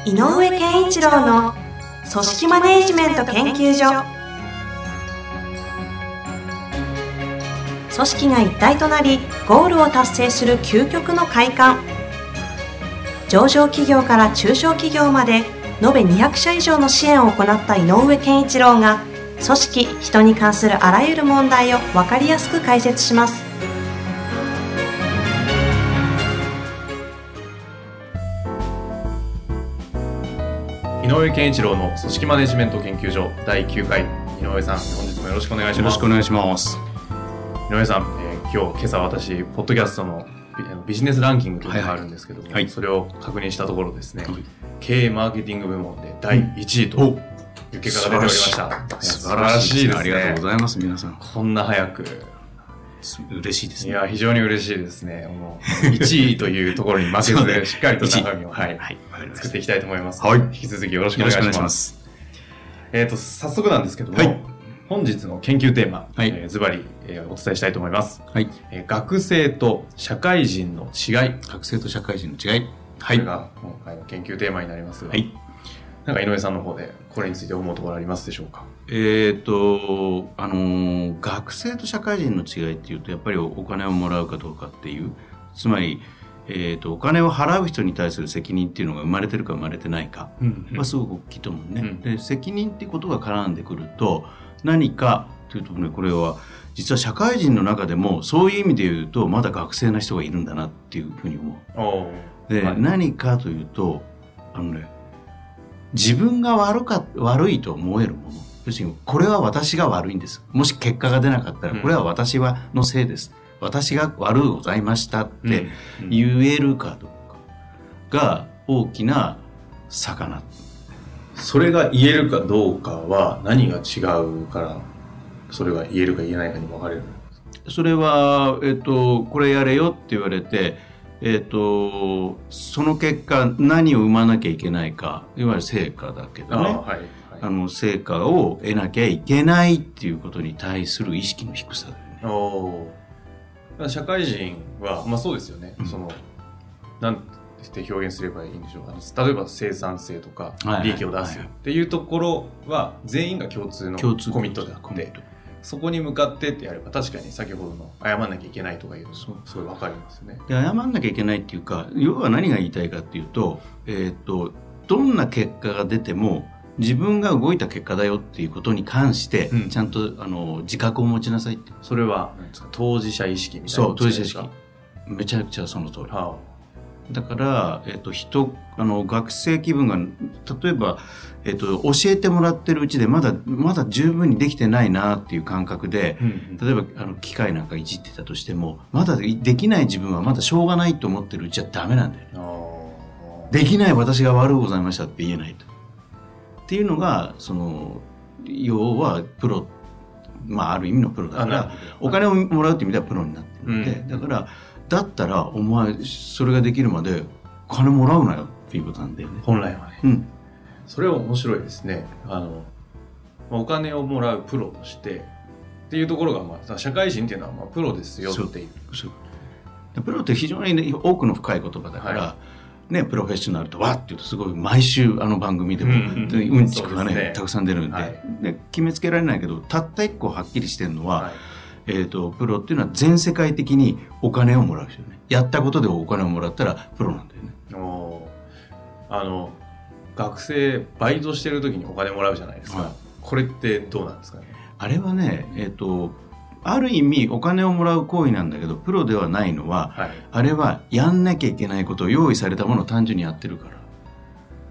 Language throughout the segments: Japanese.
井上健一郎の組織マネジメント研究所。組織が一体となりゴールを達成する究極の快感。上場企業から中小企業まで延べ200社以上の支援を行った井上健一郎が、組織・人に関するあらゆる問題を分かりやすく解説します。 井上健一郎の組織マネジメント研究所第9回。井上さん、本日もよろしくお願いします。 よろしくお願いします。 井上さん、今朝私ポッドキャストのビジネスランキングというのがあるんですけども、それを確認したところですね、経営マーケティング部門で第1位という結果が出ておりました。 素晴らしいですね。ありがとうございます。皆さんこんな早く。 嬉しいですね。 いや、非常に嬉しいですね。もう1位というところに負けずしっかりと中身を、作っていきたいと思います。引き続きよろしくお願いします。早速なんですけども、本日の研究テーマ、ズバリお伝えしたいと思います。学生と社会人の違い。 学生と社会人の違い。 これが今回の研究テーマになりますが、なんか井上さんの方でこれについて思うところありますでしょうか？ 学生と社会人の違いっていうと、やっぱりお金をもらうかどうかっていう、つまり、お金を払う人に対する責任っていうのが生まれてるか生まれてないかはすごく大きいと思うね。で、責任っていうことが絡んでくると、何かというとね、これは実は社会人の中でもそういう意味で言うとまだ学生な人がいるんだなっていうふうに思う。で、何かというと、自分が悪いと思えるもの、要するにこれは私が悪いんです、もし結果が出なかったらこれは私のせいです、私が悪うございましたって言えるかどうかが大きな差かな。 それが言えるかどうかは何が違うから、それが言えるか言えないかに分かれる？ それは、これやれよって言われて、その結果何を生まなきゃいけないか、いわゆる成果だけどね、成果を得なきゃいけないっていうことに対する意識の低さだよね。 社会人は、そうですよね、なんて表現すればいいんでしょう。例えば生産性とか利益を出すっていうところは全員が共通のコミットであって、そこに向かってってやれば、確かに先ほどの謝んなきゃいけないとかいうのすごい分かりますよね。 で、謝んなきゃいけないっていうか、要は何が言いたいかっていうと、どんな結果が出ても自分が動いた結果だよっていうことに関して、ちゃんと自覚を持ちなさいって。 それは当事者意識みたいな。 そう、当事者意識、めちゃくちゃその通り。だから、学生気分が例えば、教えてもらってるうちでまだ十分にできてないなっていう感覚で、例えば機械なんかいじってたとしても、まだできない自分はまだしょうがないと思ってるうちはダメなんだよね。できない私が悪うございましたって言えないとっていうのが、要はプロ、ある意味のプロだから、お金をもらうっていう意味ではプロになってるので、だからだったらお前それができるまで金もらうなよっていうことなんだよね、 本来はね。それは面白いですね。お金をもらうプロとしてっていうところが、社会人っていうのはプロですよっていう。 プロって非常に多くの深い言葉だから、プロフェッショナルとはっていうとすごい毎週番組でもうんちくがね、たくさん出るんで、決めつけられないけど、たった一個はっきりしてるのは、プロっていうのは全世界的にお金をもらう人ね。やったことでお金をもらったらプロなんだよね。 学生バイトしてる時にお金もらうじゃないですか、これってどうなんですかね？ あれはね、ある意味お金をもらう行為なんだけど、プロではないのは、あれはやんなきゃいけないことを用意されたものを単純にやってるから。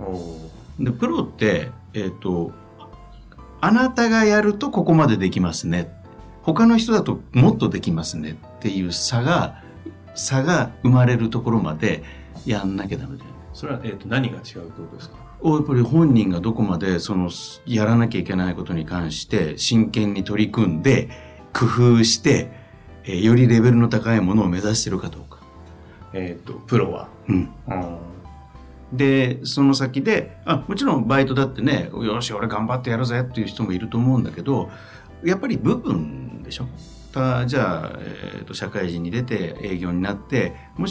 で、プロって、あなたがやるとここまでできますね、他の人だともっとできますねっていう差が生まれるところまでやんなきゃダメだよね。 それは、何が違うってことですか？ やっぱり本人がどこまでやらなきゃいけないことに関して真剣に取り組んで工夫して、よりレベルの高いものを目指してるかどうか。 プロは。 で、その先で、もちろんバイトだってね、よし俺頑張ってやるぜっていう人もいると思うんだけど、やっぱり部分でしょ。じゃあ、社会人に出て営業になって、もし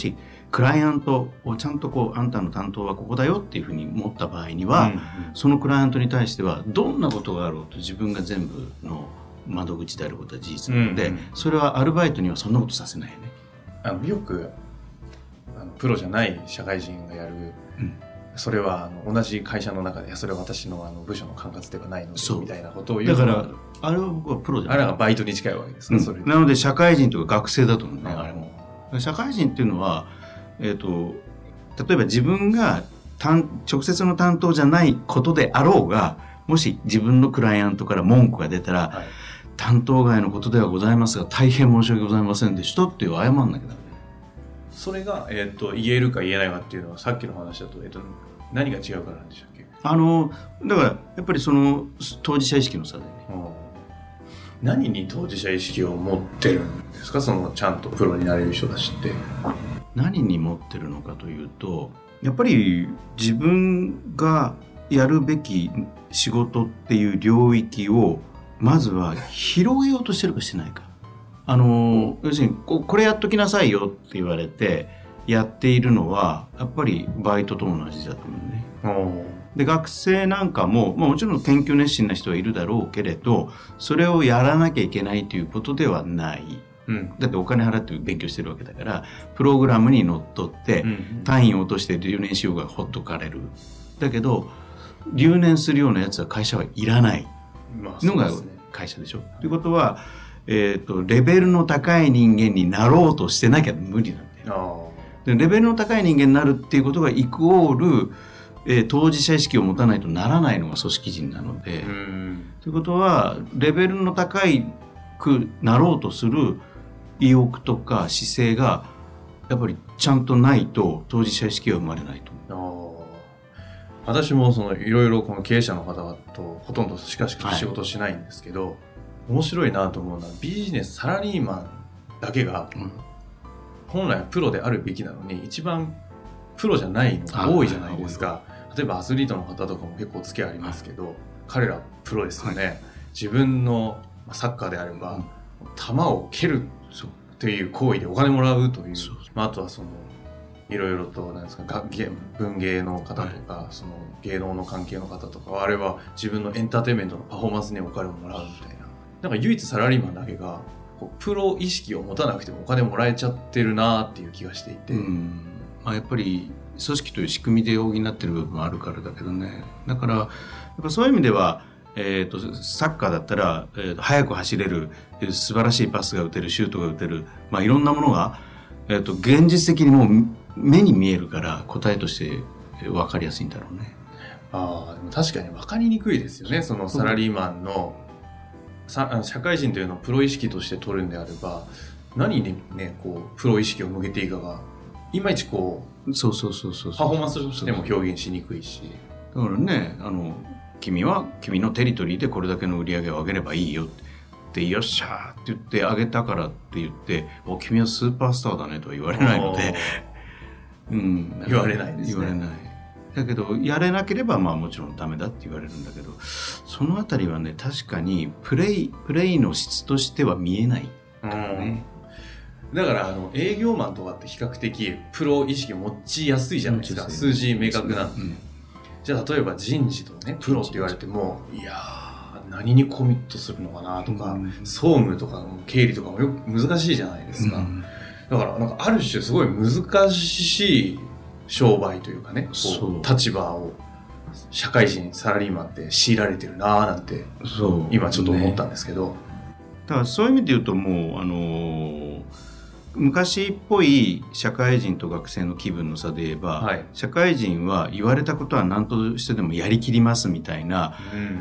クライアントをちゃんとあんたの担当はここだよっていうふうに持った場合には、そのクライアントに対してはどんなことがあろうと自分が全部の窓口であることは事実なので、それはアルバイトにはそんなことさせないよね。 よくプロじゃない社会人がやる、それは同じ会社の中でそれは私の部署の管轄ではないのでみたいなことを言う。 だからあれは僕はプロじゃない。 あれはバイトに近いわけですか、それなので社会人とか学生だと思うね、あれも。社会人っていうのは、例えば自分が直接の担当じゃないことであろうが、もし自分のクライアントから文句が出たら、担当外のことではございますが大変申し訳ございませんでしたっていう謝んなきゃダメ。 それが、言えるか言えないかっていうのはさっきの話だと、何が違うからなんでしたっけ？ だからやっぱりその当事者意識の差でね。 何に当事者意識を持ってるんですか？そのちゃんとプロになれる人たちって。 何に持ってるのかというと、やっぱり自分がやるべき仕事っていう領域をまずは広げようとしてるかしてないか。要するにこれやっときなさいよって言われてやっているのはやっぱりバイトと同じだと思うね。で学生なんかも、もちろん研究熱心な人はいるだろうけれど、それをやらなきゃいけないということではない。だってお金払って勉強してるわけだから、プログラムにのっとって単位を落として留年しようがほっとかれる。だけど留年するようなやつは会社はいらないのが会社でしょ。ということは、レベルの高い人間になろうとしてなきゃ無理なんだよ。でレベルの高い人間になるっていうことがイコール、当事者意識を持たないとならないのが組織人なので、ということはレベルの高くなろうとする意欲とか姿勢がやっぱりちゃんとないと当事者意識は生まれないと。 私もいろいろこの経営者の方々とほとんどしか仕事しないんですけど、面白いなと思うのは、ビジネスサラリーマンだけが本来はプロであるべきなのに一番プロじゃないのが多いじゃないですか。例えばアスリートの方とかも結構付き合いありますけど、彼らプロですよね。自分のサッカーであれば、球を蹴るという行為でお金もらうという、あとはいろいろとなんですか、文芸の方とか、その芸能の関係の方とか、あれは自分のエンターテインメントのパフォーマンスにお金をもらうみたいな。なんか唯一サラリーマンだけがプロ意識を持たなくてもお金もらえちゃってるなっていう気がしていて、 やっぱり組織という仕組みで補ってる部分もあるからだけどね。だからやっぱそういう意味では、サッカーだったら、速く走れる、素晴らしいパスが打てる、シュートが打てる、いろんなものが、現実的にもう目に見えるから答えとして分かりやすいんだろうね。 でも確かに分かりにくいですよね。そのサラリーマンの社会人というのをプロ意識として取るんであれば、何にねプロ意識を向けていいかがいまいちパフォーマンスとしても表現しにくいし、 だからね、君は君のテリトリーでこれだけの売り上げを上げればいいよってよっしゃーって言って上げたからって言って君はスーパースターだねとは言われないので、 言われないですね。 言われない。だけどやれなければもちろんダメだって言われるんだけど、そのあたりはね確かにプレイの質としては見えないからね。 だから営業マンとかって比較的プロ意識持ちやすいじゃないですか。数字明確なんで、じゃあ例えば人事とねプロって言われても、いやー何にコミットするのかなとか、総務とか経理とかもよく難しいじゃないですか。だからなんかある種すごい難しい商売というかね、立場を社会人サラリーマンって強いられてるなーなんて今ちょっと思ったんですけど、 だからそういう意味で言うともう昔っぽい社会人と学生の気分の差で言えば、社会人は言われたことは何としてでもやりきりますみたいな、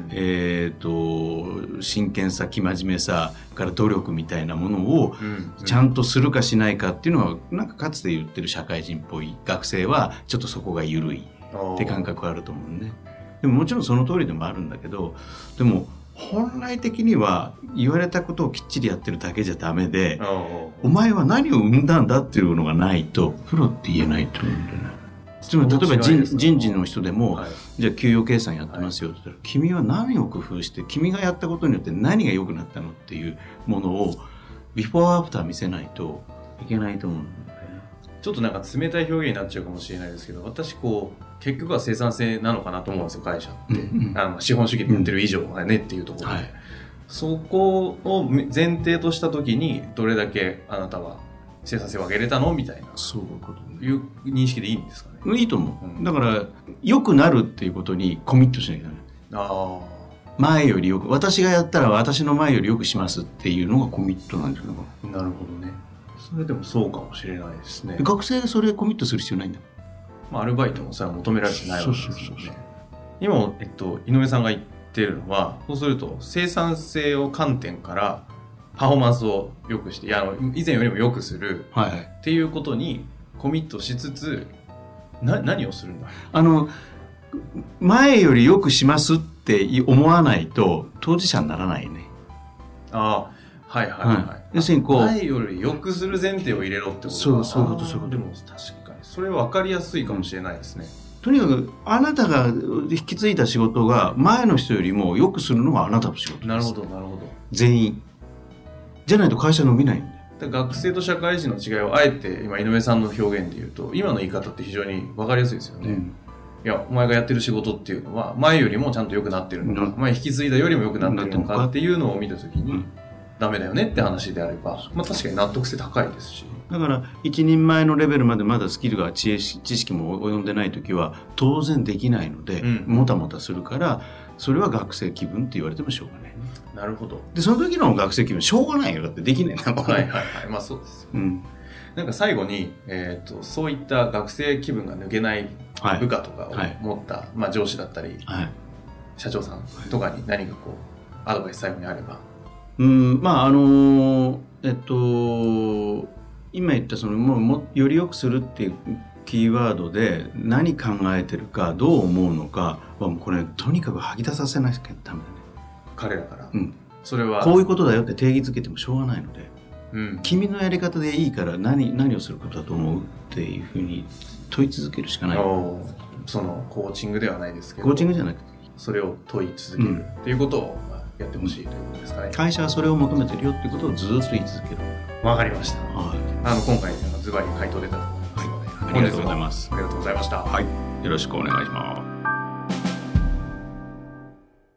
真剣さ、生真面目さから努力みたいなものをちゃんとするかしないかっていうのはなんかかつて言ってる社会人っぽい。学生はちょっとそこが緩いって感覚があると思うね。でももちろんその通りでもあるんだけど、でも本来的には言われたことをきっちりやってるだけじゃダメで、お前は何を生んだんだっていうのがないとプロって言えないと思うんだよね。つまり例えば人事の人でも、じゃあ給与計算やってますよって言ったら、君は何を工夫して君がやったことによって何が良くなったのっていうものをビフォーアフター見せないといけないと思うんだよね。 ちょっとなんか冷たい表現になっちゃうかもしれないですけど、私結局は生産性なのかなと思うんですよ、会社って。資本主義でやってる以上はねっていうところで、はい、そこを前提とした時にどれだけあなたは生産性を上げれたのみたいな、そういう認識でいいんですかね。 いいと思う、だから良くなるっていうことにコミットしなきゃダメ。前よりよく、私がやったら私の前よりよくしますっていうのがコミットなんじゃないかな。 なるほどね。それでもそうかもしれないですね。 学生がそれコミットする必要ないんだ。 アルバイトもそれは求められてないわけですよね。今、井上さんが言ってるのは、そうすると生産性を観点からパフォーマンスを良くして、以前よりも良くするっていうことにコミットしつつ、何をするんだ。 前より良くしますって思わないと当事者にならないね。 はいはいはい。要するに前より良くする前提を入れろってことか。そういうこと。でも確かにそれは分かりやすいかもしれないですね。 とにかくあなたが引き継いだ仕事が前の人よりも良くするのがあなたの仕事です。 なるほど。 全員じゃないと会社伸びないんだよ。 学生と社会人の違いをあえて今井上さんの表現で言うと、今の言い方って非常に分かりやすいですよね。いや、お前がやってる仕事っていうのは前よりもちゃんと良くなってるのか、前引き継いだよりも良くなってるのかっていうのを見たときに、ダメだよねって話であれば、確かに納得性高いですし。 だから一人前のレベルまでまだスキルが知識も及んでないときは当然できないので、もたもたするから、それは学生気分って言われてもしょうがない。 なるほど。 でその時の学生気分しょうがないよ。だってできないんだもん。 そうですよ。なんか最後に、そういった学生気分が抜けない部下とかを持った、上司だったり、社長さんとかに何かアドバイス最後にあれば。 今言ったより良くするっていうキーワードで何考えてるかどう思うのかはもうこれとにかく吐き出させなきゃダメだね。 彼らから。それはこういうことだよって定義づけてもしょうがないので、君のやり方でいいから何をすることだと思うっていうふうに問い続けるしかない。 そのコーチングではないですけど、 コーチングじゃなくてそれを問い続けるっていうことをやってほしいということですかね。 会社はそれを求めてるよっていうことをずっと言い続ける。 わかりました。今回ズバリ回答出たと思いますので、 ありがとうございます。 ありがとうございました。 よろしくお願いします。